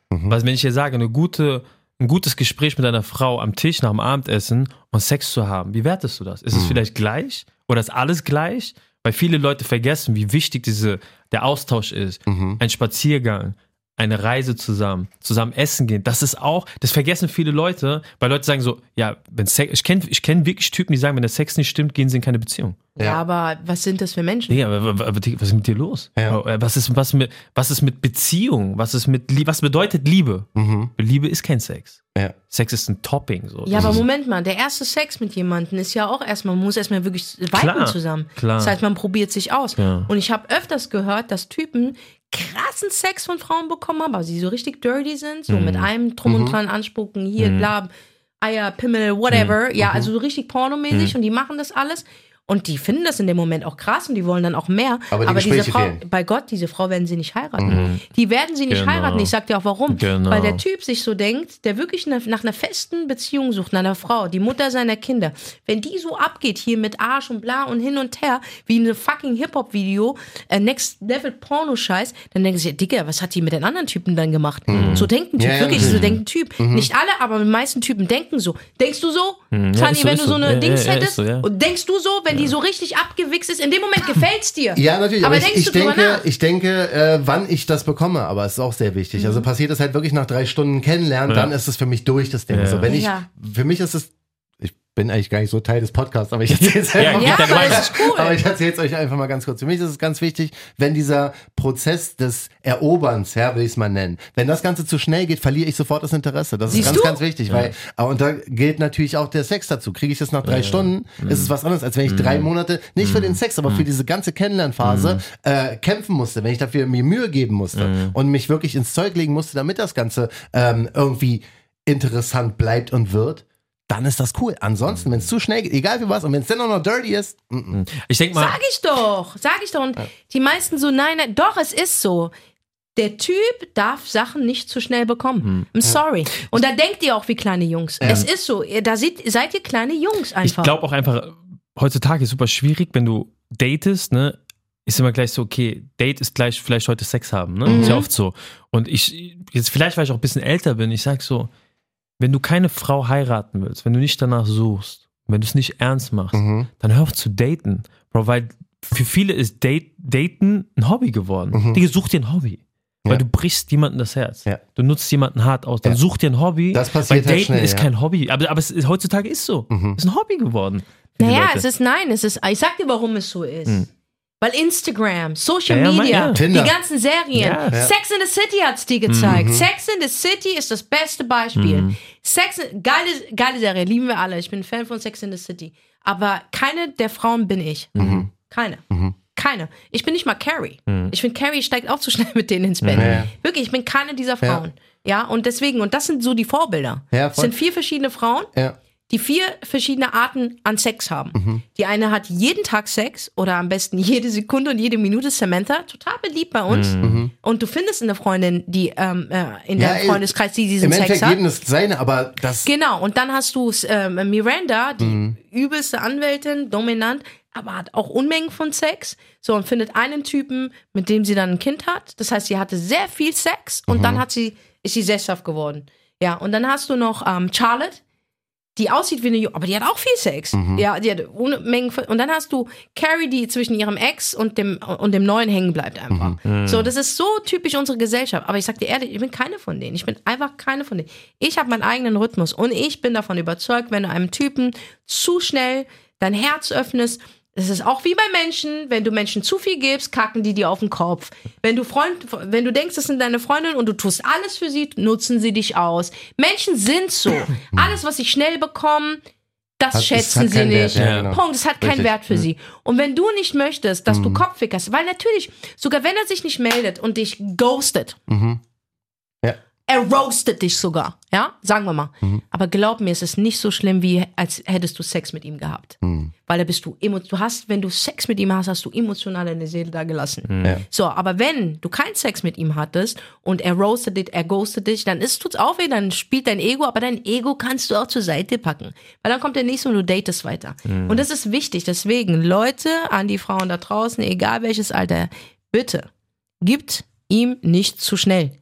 Mhm. Weil wenn ich dir sage, eine gute, ein gutes Gespräch mit einer Frau am Tisch nach dem Abendessen und Sex zu haben, wie wertest du das? Ist mhm. es vielleicht gleich oder ist alles gleich? Weil viele Leute vergessen, wie wichtig diese, der Austausch ist. Mhm. Ein Spaziergang, eine Reise zusammen, zusammen essen gehen. Das ist auch, das vergessen viele Leute, weil Leute sagen so, ja, wenn Sex, ich kenne ich kenn wirklich Typen, die sagen, wenn der Sex nicht stimmt, gehen sie in keine Beziehung. Ja, ja, aber was sind das für Menschen? Ja, aber, aber, aber was ist mit dir los? Ja. Was ist, was mit, was ist mit Beziehung? Was ist mit, was bedeutet Liebe? Mhm. Liebe ist kein Sex. Ja. Sex ist ein Topping. So. Ja, aber Moment mal, der erste Sex mit jemandem ist ja auch erstmal, man muss erstmal wirklich viben zusammen. Klar. Das heißt, man probiert sich aus. Ja. Und ich habe öfters gehört, dass Typen krassen Sex von Frauen bekommen haben, aber sie so richtig dirty sind, so mhm. mit einem Drum und Dran anspucken, hier, mhm. bla, Eier, Pimmel, whatever. Mhm. Ja, also so richtig pornomäßig mhm. und die machen das alles. Und die finden das in dem Moment auch krass und die wollen dann auch mehr. Aber, die Aber diese Frau, fehlen. bei Gott, diese Frau werden sie nicht heiraten. Mhm. Die werden sie nicht genau. heiraten. Ich sag dir auch warum. Genau. Weil der Typ sich so denkt, der wirklich nach einer festen Beziehung sucht, nach einer Frau, die Mutter seiner Kinder. Wenn die so abgeht hier mit Arsch und bla und hin und her, wie eine fucking Hip-Hop-Video, äh, Next Level Porno-Scheiß, dann denken sie, Digga, was hat die mit den anderen Typen dann gemacht? Mhm. So denkt ein Typ, ja, wirklich, ja. so denkt ein Typ. Mhm. Nicht alle, aber die meisten Typen denken so. Denkst du so? Mhm. Ja, Tani, wenn du so eine ja, Dings ja, hättest? So, ja. Und denkst du so, wenn ja. die so richtig abgewichst ist, in dem Moment gefällt's dir. Ja, natürlich. Aber, aber denkst ich, ich du denke, nach? ich denke, äh, wann ich das bekomme, aber es ist auch sehr wichtig. Mhm. Also passiert es halt wirklich nach drei Stunden Kennenlernen, ja. dann ist es für mich durch, das Ding. Ja. So, wenn ich, ja. für mich ist es, ich bin eigentlich gar nicht so Teil des Podcasts, aber ich erzähle es einfach ja, mal. Ja, das ist cool. Aber ich erzähle es euch einfach mal ganz kurz. Für mich ist es ganz wichtig, wenn dieser Prozess des Eroberns, ja, will ich es mal nennen, wenn das Ganze zu schnell geht, verliere ich sofort das Interesse. Das Siehst ist ganz, du? ganz wichtig, ja. weil, und da gilt natürlich auch der Sex dazu. Kriege ich das nach drei ja. Stunden, mhm. ist es was anderes, als wenn ich mhm. drei Monate, nicht mhm. für den Sex, aber für diese ganze Kennenlernphase mhm. äh, kämpfen musste, wenn ich dafür mir Mühe geben musste mhm. und mich wirklich ins Zeug legen musste, damit das Ganze ähm, irgendwie interessant bleibt und wird. Dann ist das cool. Ansonsten, wenn es zu schnell geht, egal wie was, und wenn es dann auch noch dirty ist, m-m. ich denke mal. Sag ich doch, sag ich doch. Und ja. die meisten so, nein, nein, doch, es ist so. Der Typ darf Sachen nicht zu schnell bekommen. I'm sorry. Und da denkt ihr auch wie kleine Jungs. Ja. Es ist so. Da seid, seid ihr kleine Jungs einfach. Ich glaube auch einfach, heutzutage ist super schwierig, wenn du datest, ne? Ist immer gleich so, okay, Date ist gleich vielleicht heute Sex haben, ne? Mhm. Ist ja oft so. Und ich, jetzt vielleicht, weil ich auch ein bisschen älter bin, ich sag so, wenn du keine Frau heiraten willst, wenn du nicht danach suchst, wenn du es nicht ernst machst, mhm. dann hör auf zu daten. Bro, weil für viele ist Date, Daten ein Hobby geworden. Mhm. Digga, such dir ein Hobby. Weil ja. du brichst jemandem das Herz. Ja. Du nutzt jemanden hart aus. Dann ja. such dir ein Hobby. Das passiert weil Daten halt schnell, ist ja. kein Hobby. Aber, aber es ist, heutzutage ist so. Mhm. Es ist ein Hobby geworden. Naja, es ist nein. Es ist, ich sag dir, warum es so ist. Mhm. Weil Instagram, Social ja, Media, ja. die ganzen Serien, ja. Sex in the City hat's dir gezeigt. Mhm. Sex in the City ist das beste Beispiel. Mhm. Sex, geile, geile Serie, lieben wir alle. Ich bin ein Fan von Sex in the City. Aber keine der Frauen bin ich. Mhm. Keine. Mhm. Keine. Ich bin nicht mal Carrie. Mhm. Ich finde, Carrie steigt auch zu schnell mit denen ins Bett. Mhm. Wirklich, ich bin keine dieser Frauen. Ja, und deswegen, und das sind so die Vorbilder. Ja, es sind vier verschiedene Frauen. Ja. Die vier verschiedene Arten an Sex haben. Mhm. Die eine hat jeden Tag Sex oder am besten jede Sekunde und jede Minute. Samantha, total beliebt bei uns. Mhm. Und du findest eine Freundin, die ähm, in ja, deinem Freundeskreis, die diesen Sex hat. Im Endeffekt jedem ist seine, aber das... Genau, und dann hast du ähm, Miranda, die mhm. übelste Anwältin, dominant, aber hat auch Unmengen von Sex. So, und findet einen Typen, mit dem sie dann ein Kind hat. Das heißt, sie hatte sehr viel Sex und mhm. dann hat sie, ist sie sesshaft geworden. Ja, und dann hast du noch ähm, Charlotte, die aussieht wie eine Junge, aber die hat auch viel Sex. Mhm. Ja, die hat Unmengen von, und dann hast du Carrie, die zwischen ihrem Ex und dem, und dem Neuen hängen bleibt einfach. Mhm. So, das ist so typisch unsere Gesellschaft. Aber ich sag dir ehrlich, ich bin keine von denen. Ich bin einfach keine von denen. Ich habe meinen eigenen Rhythmus und ich bin davon überzeugt, wenn du einem Typen zu schnell dein Herz öffnest, das ist auch wie bei Menschen, wenn du Menschen zu viel gibst, kacken die dir auf den Kopf. Wenn du Freund, wenn du denkst, das sind deine Freundinnen und du tust alles für sie, nutzen sie dich aus. Menschen sind so. Alles, was sie schnell bekommen, das hat, schätzen sie nicht. Wert, ja, genau. Punkt, es hat keinen Richtig. Wert für mhm. sie. Und wenn du nicht möchtest, dass mhm. du Kopfweg hast, weil natürlich, sogar wenn er sich nicht meldet und dich ghostet, mhm. ja. er roastet dich sogar, ja, sagen wir mal. Mhm. Aber glaub mir, es ist nicht so schlimm, wie als hättest du Sex mit ihm gehabt. Mhm. Weil da bist du, du hast, wenn du Sex mit ihm hast, hast du emotional deine Seele da gelassen. Mhm. Ja. So, aber wenn du keinen Sex mit ihm hattest und er roastet dich, er ghostet dich, dann ist, tut's auch weh, dann spielt dein Ego, aber dein Ego kannst du auch zur Seite packen. Weil dann kommt der nächste und du datest weiter. Mhm. Und das ist wichtig. Deswegen, Leute, an die Frauen da draußen, egal welches Alter, bitte, gibt ihm nicht zu schnell.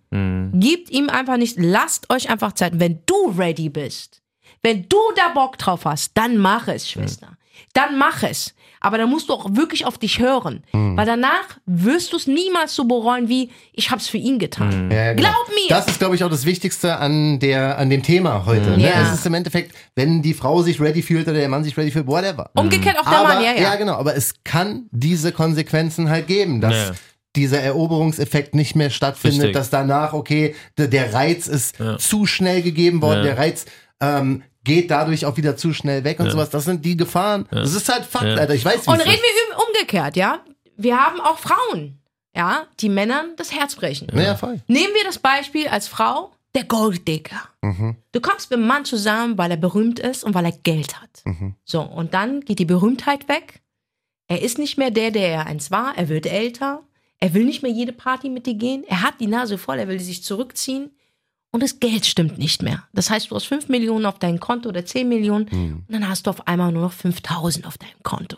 Mhm. Gebt ihm einfach nicht, lasst euch einfach Zeit. Wenn du ready bist, wenn du da Bock drauf hast, dann mach es, Schwester. Mhm. Dann mach es. Aber dann musst du auch wirklich auf dich hören. Mhm. Weil danach wirst du es niemals so bereuen, wie ich hab's für ihn getan. Mhm. Ja, genau. Glaub mir! Das ist, glaube ich, auch das Wichtigste an der an dem Thema heute. Mhm. Ne? Ja. Es ist im Endeffekt, wenn die Frau sich ready fühlt oder der Mann sich ready fühlt, whatever. Umgekehrt auch der aber, Mann, ja, ja. Ja, genau. Aber es kann diese Konsequenzen halt geben, dass Ja. dieser Eroberungseffekt nicht mehr stattfindet, Richtig. dass danach, okay, der, der Reiz ist Ja. zu schnell gegeben worden, Ja. der Reiz ähm, geht dadurch auch wieder zu schnell weg und Ja. sowas. Das sind die Gefahren. Ja. Das ist halt Fakt, Ja. Alter. Ich weiß, wie Und es reden ist. wir um- umgekehrt, ja? Wir haben auch Frauen, ja, die Männern das Herz brechen. Ja, voll. Nehmen wir das Beispiel als Frau, der Golddigger. Mhm. Du kommst mit einem Mann zusammen, weil er berühmt ist und weil er Geld hat. Mhm. So, und dann geht die Berühmtheit weg. Er ist nicht mehr der, der er einst war. Er wird älter. Er will nicht mehr jede Party mit dir gehen. Er hat die Nase voll. Er will sich zurückziehen. Und das Geld stimmt nicht mehr. Das heißt, du hast fünf Millionen auf deinem Konto oder zehn Millionen Mhm. und dann hast du auf einmal nur noch fünftausend auf deinem Konto.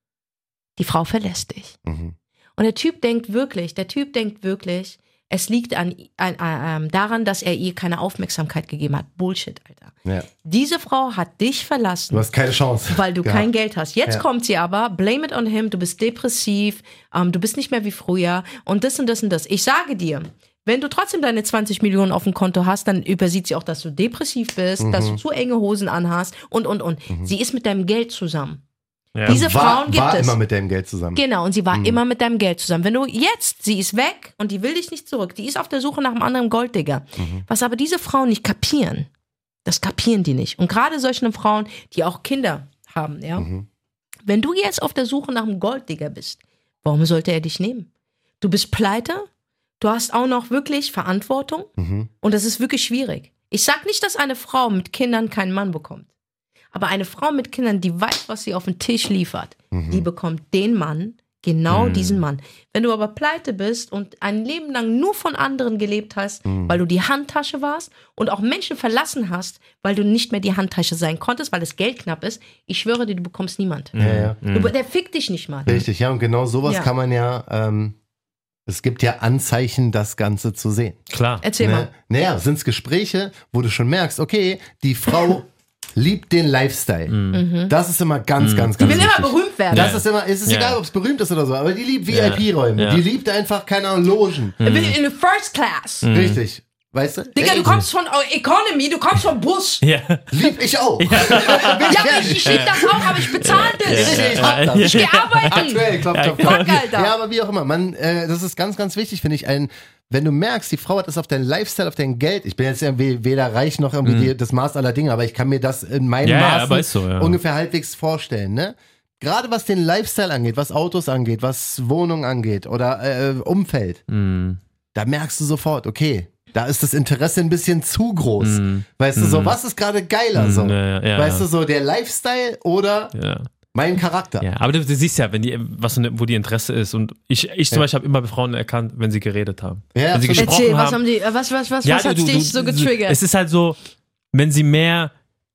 Die Frau verlässt dich. Mhm. Und der Typ denkt wirklich, der Typ denkt wirklich, es liegt an, an, an, daran, dass er ihr keine Aufmerksamkeit gegeben hat. Bullshit, Alter. Ja. Diese Frau hat dich verlassen. Du hast keine Chance. Weil du gehabt. kein Geld hast. Jetzt Ja. kommt sie aber, blame it on him, du bist depressiv, ähm, du bist nicht mehr wie früher und das und das und das. Ich sage dir, wenn du trotzdem deine zwanzig Millionen auf dem Konto hast, dann übersieht sie auch, dass du depressiv bist, Mhm. dass du zu enge Hosen anhast und, und, und. Sie ist mit deinem Geld zusammen. Ja. Diese war, Frauen gibt war es. immer mit deinem Geld zusammen. Genau, und sie war immer mit deinem Geld zusammen. Wenn du jetzt, sie ist weg und die will dich nicht zurück, die ist auf der Suche nach einem anderen Golddigger. Was aber diese Frauen nicht kapieren, das kapieren die nicht. Und gerade solche Frauen, die auch Kinder haben, ja. Wenn du jetzt auf der Suche nach einem Golddigger bist, warum sollte er dich nehmen? Du bist pleite, du hast auch noch wirklich Verantwortung und das ist wirklich schwierig. Ich sag nicht, dass eine Frau mit Kindern keinen Mann bekommt. Aber eine Frau mit Kindern, die weiß, was sie auf den Tisch liefert, die bekommt den Mann, genau diesen Mann. Wenn du aber pleite bist und ein Leben lang nur von anderen gelebt hast, weil du die Handtasche warst und auch Menschen verlassen hast, weil du nicht mehr die Handtasche sein konntest, weil das Geld knapp ist, ich schwöre dir, du bekommst niemand. Ja, ja. Du, der fickt dich nicht mal. Richtig, ja, und genau sowas Ja. kann man ja, ähm, es gibt ja Anzeichen, das Ganze zu sehen. Klar. Erzähl Ne? mal. Naja, sind es Gespräche, wo du schon merkst, okay, die Frau liebt den Lifestyle. Das ist immer ganz, ganz, Mhm. Die ganz will wichtig. immer berühmt werden. Das ist immer, es ist Ja. egal, ob es berühmt ist oder so, aber die liebt Ja. V I P-Räume. Ja. Die liebt einfach, keine Ahnung, Logen. Er will in the first class. Richtig. Weißt du? Digga, Ey, du kommst von Economy, du kommst vom Bus. Ja. lieb ich auch. Ja, aber ich, ich lieb das auch, aber ich bezahle das. Richtig, ich hab das. Ich geh arbeiten. Aktuell, klopf, klopf, Fuck, klopf. Alter. Ja, aber wie auch immer, man, äh, das ist ganz, ganz wichtig, finde ich, ein, wenn du merkst, die Frau hat das auf dein Lifestyle, auf dein Geld, ich bin jetzt irgendwie weder reich noch irgendwie die, das Maß aller Dinge, aber ich kann mir das in meinen Ja, ja, Maßen aber ist so, ja. ungefähr halbwegs vorstellen, ne? Gerade was den Lifestyle angeht, was Autos angeht, was Wohnung angeht oder äh, Umfeld, Mhm. da merkst du sofort, okay, da ist das Interesse ein bisschen zu groß. Mhm. Weißt du so, was ist gerade geiler so? Ja, ja, ja, weißt ja. du so, der Lifestyle oder Ja. mein Charakter? Ja, aber du, du siehst ja, wenn die, was, wo die Interesse ist. Und ich, ich zum Beispiel habe immer bei Frauen erkannt, wenn sie geredet haben. Ja, wenn sie absolut. gesprochen Erzähl, was haben. haben die, was, was, was, Ja, was hat du- du- dich so du- getriggert? Es ist halt so, wenn sie mehr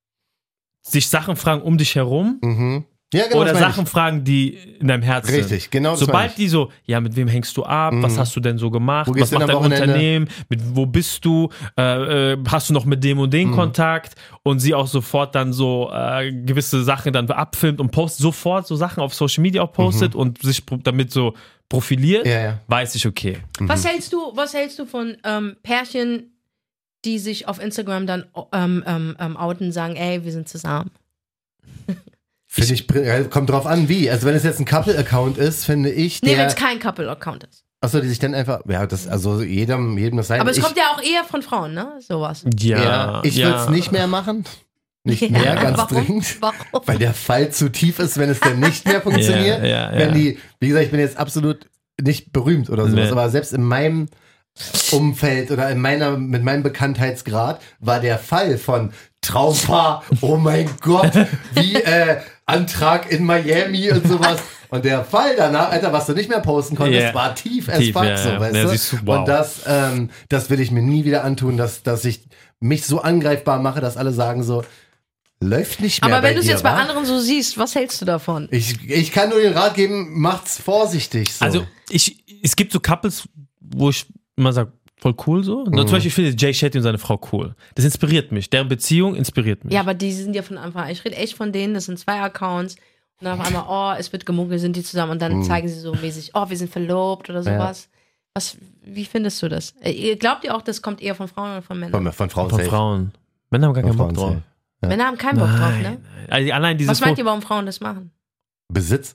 sich Sachen fragen um dich herum Mhm. Ja, genau, oder das meine Sachen fragen, die in deinem Herzen Richtig, sind. genau das meine Sobald ich. die so, ja, mit wem hängst du ab? Was hast du denn so gemacht? Wo Was gehst du macht denn dein am Wochenende? Unternehmen? Mit, wo bist du? Äh, äh, hast du noch mit dem und Mhm. dem Kontakt? Und sie auch sofort dann so äh, gewisse Sachen dann abfilmt und postet sofort so Sachen auf Social Media auch postet und sich pro- damit so profiliert, Mhm. Ja, ja. weiß ich, okay. Was hältst du, was hältst du von ähm, Pärchen, die sich auf Instagram dann ähm, ähm, ähm, outen und sagen, ey, wir sind zusammen? Finde ich, ja, kommt drauf an, wie. Also wenn es jetzt ein Couple-Account ist, finde ich, Nee, wenn der, es kein Couple-Account ist. achso, die sich dann einfach, ja, das, also jedem, jedem das sein. Aber es ich, kommt ja auch eher von Frauen, ne? Sowas. Ja, ja, ich würde es nicht mehr machen. Nicht Ja, mehr, ganz warum? dringend. Warum? Weil der Fall zu tief ist, wenn es dann nicht mehr funktioniert. Ja, ja, wenn ja. die, wie gesagt, ich bin jetzt absolut nicht berühmt oder sowas, Nee. aber selbst in meinem Umfeld oder in meiner, mit meinem Bekanntheitsgrad war der Fall von Traumpaar, oh mein Gott, wie äh, Antrag in Miami und sowas. Und der Fall danach, Alter, was du nicht mehr posten konntest, Yeah. war tief as Tief, fuck, ja, so, ja. weißt Ja, du? siehst du, wow. Und das, ähm, das will ich mir nie wieder antun, dass, dass ich mich so angreifbar mache, dass alle sagen so, läuft nicht mehr Aber bei wenn du es dir, jetzt bei wa? anderen so siehst, was hältst du davon? Ich, ich kann nur den Rat geben, macht's vorsichtig so. Also ich, es gibt so Couples, wo ich immer sage, voll cool so. Mhm. Zum Beispiel, ich finde Jay Shetty und seine Frau cool. Das inspiriert mich. Deren Beziehung inspiriert mich. Ja, aber die sind ja von Anfang an. Ich rede echt von denen, das sind zwei Accounts. Und dann auf einmal, oh, es wird gemunkelt, sind die zusammen. Und dann mhm. zeigen sie so mäßig, oh, wir sind verlobt oder sowas. Ja. Was, wie findest du das? Glaubt ihr auch, das kommt eher von Frauen oder von Männern? Von, von Frauen. Von Frauen. Männer haben gar keinen Bock drauf. Ja. Männer haben keinen Bock nein, drauf, ne? Also allein dieses Was meint ihr, warum Frauen das machen? Besitz.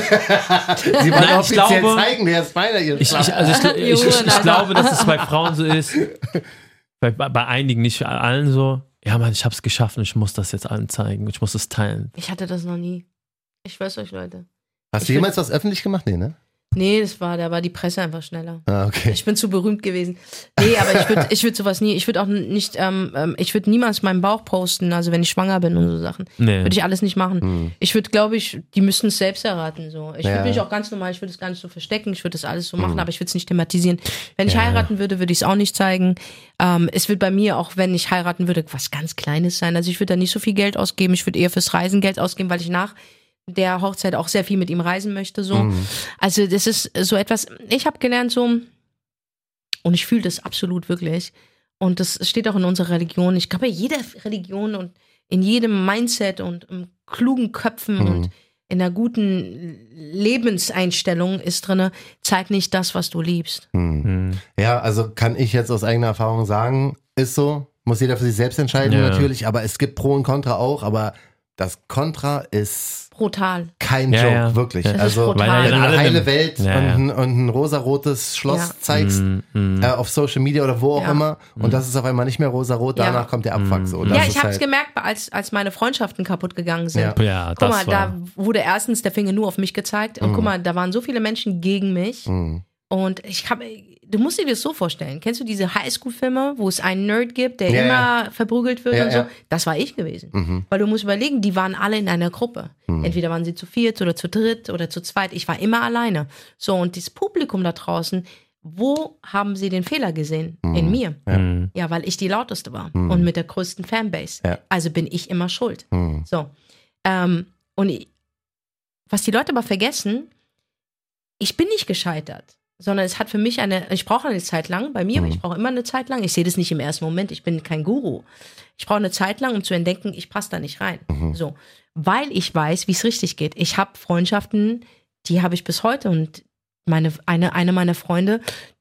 Sie wollen Nein, offiziell glaube, zeigen, wer ist meiner ihr ich, ich, also ich, ich, ich, ich glaube, dass es bei Frauen so ist, bei, bei einigen, nicht bei allen so, ja Mann, ich hab's geschafft und ich muss das jetzt allen zeigen, ich muss es teilen. Ich hatte das noch nie. Ich schwör's euch, Leute. Hast ich du jemals was öffentlich gemacht? Nee, ne? Nee, das war, da war die Presse einfach schneller. Ah, okay. Ich bin zu berühmt gewesen. Nee, aber ich würde ich würd sowas nie, ich würde auch nicht, ähm, ich würde niemals meinen Bauch posten, also wenn ich schwanger bin und so Sachen. Nee. Würde ich alles nicht machen. Hm. Ich würde, glaube ich, die müssten es selbst erraten. So. Ich würde ja. mich auch ganz normal, ich würde es gar nicht so verstecken, ich würde das alles so machen, hm. aber ich würde es nicht thematisieren. Wenn ich ja. heiraten würde, würde ich es auch nicht zeigen. Ähm, es wird bei mir, auch wenn ich heiraten würde, was ganz Kleines sein. Also ich würde da nicht so viel Geld ausgeben, ich würde eher fürs Reisen Geld ausgeben, weil ich nach der Hochzeit auch sehr viel mit ihm reisen möchte, so. Mhm. Also das ist so etwas, ich habe gelernt so, und ich fühle das absolut wirklich, und das steht auch in unserer Religion, ich glaube, in jeder Religion und in jedem Mindset und in klugen Köpfen mhm. und in einer guten Lebenseinstellung ist drin, zeig nicht das, was du liebst. Mhm. Ja, also kann ich jetzt aus eigener Erfahrung sagen, ist so, muss jeder für sich selbst entscheiden ja. natürlich, aber es gibt Pro und Contra auch, aber das Kontra ist brutal. Kein ja, Joke, ja. wirklich. Das also wenn du eine heile Welt ja, und, ja. ein, und ein rosarotes Schloss ja. zeigst mm, mm. Äh, auf Social Media oder wo auch ja. immer und mm. das ist auf einmal nicht mehr rosarot, danach ja. kommt der Abfuck. So. Das ja, ich ist hab's halt gemerkt, als, als meine Freundschaften kaputt gegangen sind. Ja, ja guck das mal, war... da wurde erstens der Finger nur auf mich gezeigt und mm. guck mal, da waren so viele Menschen gegen mich mm. und ich habe... Du musst dir das so vorstellen. Kennst du diese Highschool-Filme, wo es einen Nerd gibt, der ja, immer ja. verprügelt wird ja, und so? Ja. Das war ich gewesen. Mhm. Weil du musst überlegen, die waren alle in einer Gruppe. Mhm. Entweder waren sie zu viert oder zu dritt oder zu zweit. Ich war immer alleine. So, und dieses Publikum da draußen, wo haben sie den Fehler gesehen? Mhm. In mir. Ja. ja, weil ich die lauteste war mhm. und mit der größten Fanbase. Ja. Also bin ich immer schuld. Mhm. So. Ähm, und ich, was die Leute aber vergessen, ich bin nicht gescheitert. Sondern es hat für mich eine, ich brauche eine Zeit lang, bei mir, mhm. ich brauche immer eine Zeit lang, ich sehe das nicht im ersten Moment, ich bin kein Guru. Ich brauche eine Zeit lang, um zu entdecken, ich passe da nicht rein. Mhm. So, weil ich weiß, wie es richtig geht. Ich habe Freundschaften, die habe ich bis heute und meine, eine, eine meiner Freunde,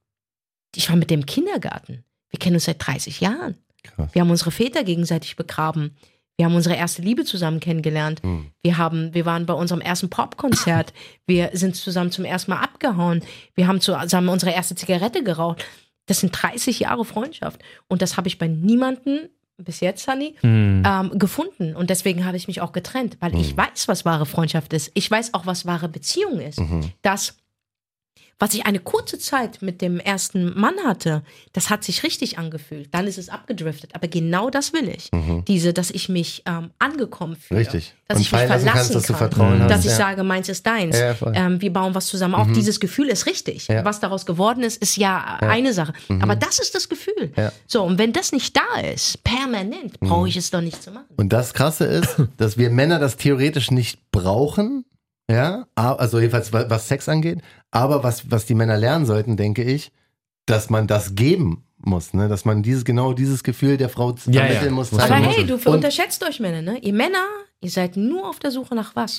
ich war mit dem im Kindergarten. Wir kennen uns seit dreißig Jahren. Krass. Wir haben unsere Väter gegenseitig begraben. Wir haben unsere erste Liebe zusammen kennengelernt. Mhm. Wir haben, wir waren bei unserem ersten Popkonzert. Wir sind zusammen zum ersten Mal abgehauen. Wir haben zusammen unsere erste Zigarette geraucht. Das sind dreißig Jahre Freundschaft. Und das habe ich bei niemandem bis jetzt, Honey, mhm. ähm, gefunden. Und deswegen habe ich mich auch getrennt, weil mhm. ich weiß, was wahre Freundschaft ist. Ich weiß auch, was wahre Beziehung ist. Mhm. Das, was ich eine kurze Zeit mit dem ersten Mann hatte, das hat sich richtig angefühlt. Dann ist es abgedriftet. Aber genau das will ich. Mhm. Diese, dass ich mich ähm, angekommen fühle. Richtig. Dass und ich mich verlassen kannst, dass kann. Du Vertrauen dass hast. ich ja. sage, meins ist deins. Ja, ähm, wir bauen was zusammen auf. Mhm. Dieses Gefühl ist richtig. Ja. Was daraus geworden ist, ist ja, ja. eine Sache. Mhm. Aber das ist das Gefühl. Ja. So, und wenn das nicht da ist, permanent, brauche mhm. ich es doch nicht zu machen. Und das Krasse ist, dass wir Männer das theoretisch nicht brauchen. Ja, also jedenfalls was Sex angeht, aber was, was die Männer lernen sollten, denke ich, dass man das geben muss, ne? Dass man dieses genau dieses Gefühl der Frau ja, vermitteln ja. muss. Aber hey, muss. du unterschätzt euch Männer, ne? Ihr Männer, ihr seid nur auf der Suche nach was?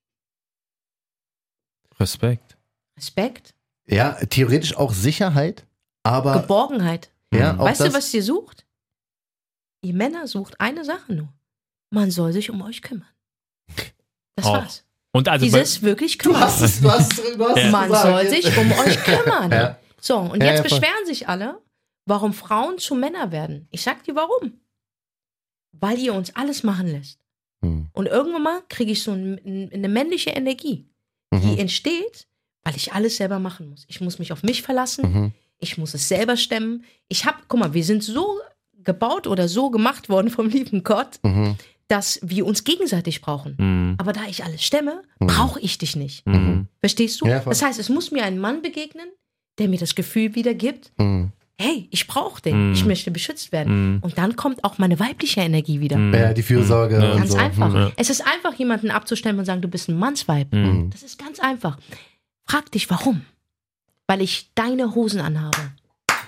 Respekt. Respekt? Ja, theoretisch auch Sicherheit, aber Geborgenheit. Ja, auch weißt das, du, was ihr sucht? Ihr Männer sucht eine Sache nur. Man soll sich um euch kümmern. Das auch. war's. Und also Dieses wirklich kümmern. Du hast es, du hast es, du hast ja. es Man gesagt. soll sich um euch kümmern. Ja. So, und Ja, jetzt ja, voll. beschweren sich alle, warum Frauen zu Männern werden. Ich sag dir warum. Weil ihr uns alles machen lässt. Hm. Und irgendwann mal kriege ich so ein, eine männliche Energie, die Mhm. entsteht, weil ich alles selber machen muss. Ich muss mich auf mich verlassen. Mhm. Ich muss es selber stemmen. Ich hab, guck mal, wir sind so gebaut oder so gemacht worden vom lieben Gott, Mhm. dass wir uns gegenseitig brauchen. Mhm. Aber da ich alles stemme, Mhm. brauche ich dich nicht. Mhm. Verstehst du? Ja, voll. Das heißt, es muss mir ein Mann begegnen, der mir das Gefühl wieder gibt, Mhm. hey, ich brauche den, Mhm. ich möchte beschützt werden. Mhm. Und dann kommt auch meine weibliche Energie wieder. Mhm. Ja, die Fürsorge Ja. und Ganz so. einfach. Ja. Es ist einfach, jemanden abzustellen und sagen, du bist ein Mannsweib. Mhm. Das ist ganz einfach. Frag dich, warum? Weil ich deine Hosen anhabe.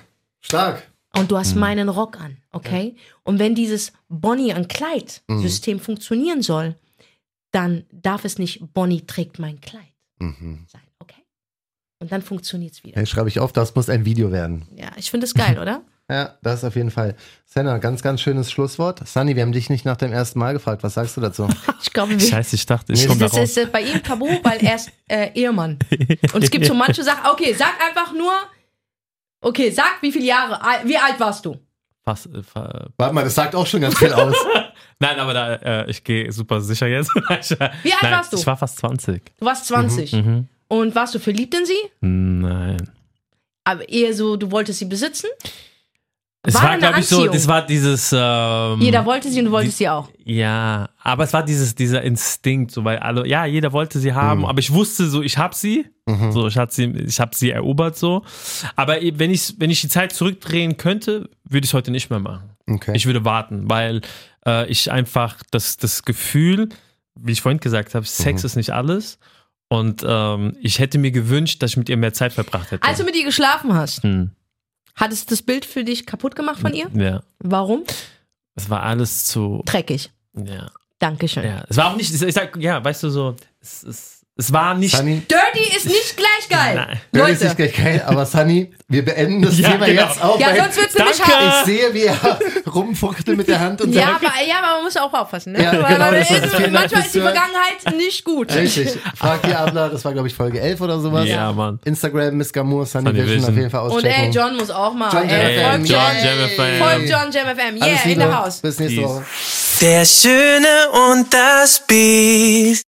Stark. Und du hast mhm. meinen Rock an, okay? Ja. Und wenn dieses Bonnie und Clyde-System mhm. funktionieren soll, dann darf es nicht Bonnie trägt mein Kleid mhm. sein, okay? Und dann funktioniert es wieder. Hey, schreibe ich auf, das muss ein Video werden. Ja, ich finde es geil, oder? Ja, das auf jeden Fall. Senna, ganz, ganz schönes Schlusswort. Sunny, wir haben dich nicht nach dem ersten Mal gefragt. Was sagst du dazu? Ich glaube, Scheiße, ich dachte, ich komme das, da raus. Das ist bei ihm tabu, weil er ist äh, Ehemann. Und es gibt so manche Sachen. Okay, sag einfach nur, okay, sag, wie viele Jahre, wie alt warst du? Fast, äh, fa- Warte mal, das sagt auch schon ganz viel aus. Nein, aber da, äh, ich gehe super sicher jetzt. Wie alt Nein, warst du? Ich war fast zwanzig. Du warst zwanzig. Mhm. Und warst du verliebt in sie? Nein. Aber eher so, du wolltest sie besitzen? Es war, war glaube ich, so, das war dieses... Ähm, jeder wollte sie und du wolltest die, sie auch. Ja, aber es war dieses, dieser Instinkt, so, weil alle, ja, jeder wollte sie haben, mhm. aber ich wusste so, ich hab sie, mhm. so, ich hab sie, ich hab sie erobert, so. Aber wenn ich, wenn ich die Zeit zurückdrehen könnte, würde ich es heute nicht mehr machen. Okay. Ich würde warten, weil äh, ich einfach das, das Gefühl, wie ich vorhin gesagt habe, Sex mhm. ist nicht alles. Und ähm, ich hätte mir gewünscht, dass ich mit ihr mehr Zeit verbracht hätte. Als du mit ihr geschlafen hast, hm. hat es das Bild für dich kaputt gemacht von ihr? Ja. Warum? Es war alles zu... dreckig. Ja. Dankeschön. Ja. Es war auch nicht, ich sag, ja, weißt du so, es, es, es war nicht... Sunny, Dirty ist nicht gleich geil. Nein. Dirty Leute. ist nicht gleich geil, aber Sunny, wir beenden das Ja, Thema genau. jetzt auch. Ja, weil sonst wird's nämlich Danke. hart. Ich sehe, wie er rumfuchtelt mit der Hand und Ja, sagt, aber, ja, aber man muss auch aufpassen. Ne? Ja, Weil- genau, weil das ist- es- vielen Dank manchmal fürs ist die Zuhören. Vergangenheit nicht gut. richtig, frag die Adler, das war glaube ich Folge elf oder sowas. Ja, Mann. Instagram, Miss Gamour, Sunny Sunny Vision, Vision. auf jeden Fall Und auschecken. ey, John muss auch mal. John ey, Jam folgt F M. John John, Jam F M. folgt John Jam F M. Alles Yeah, in Liebe, the house. bis nächste Peace. Woche. Der Schöne und das Biest.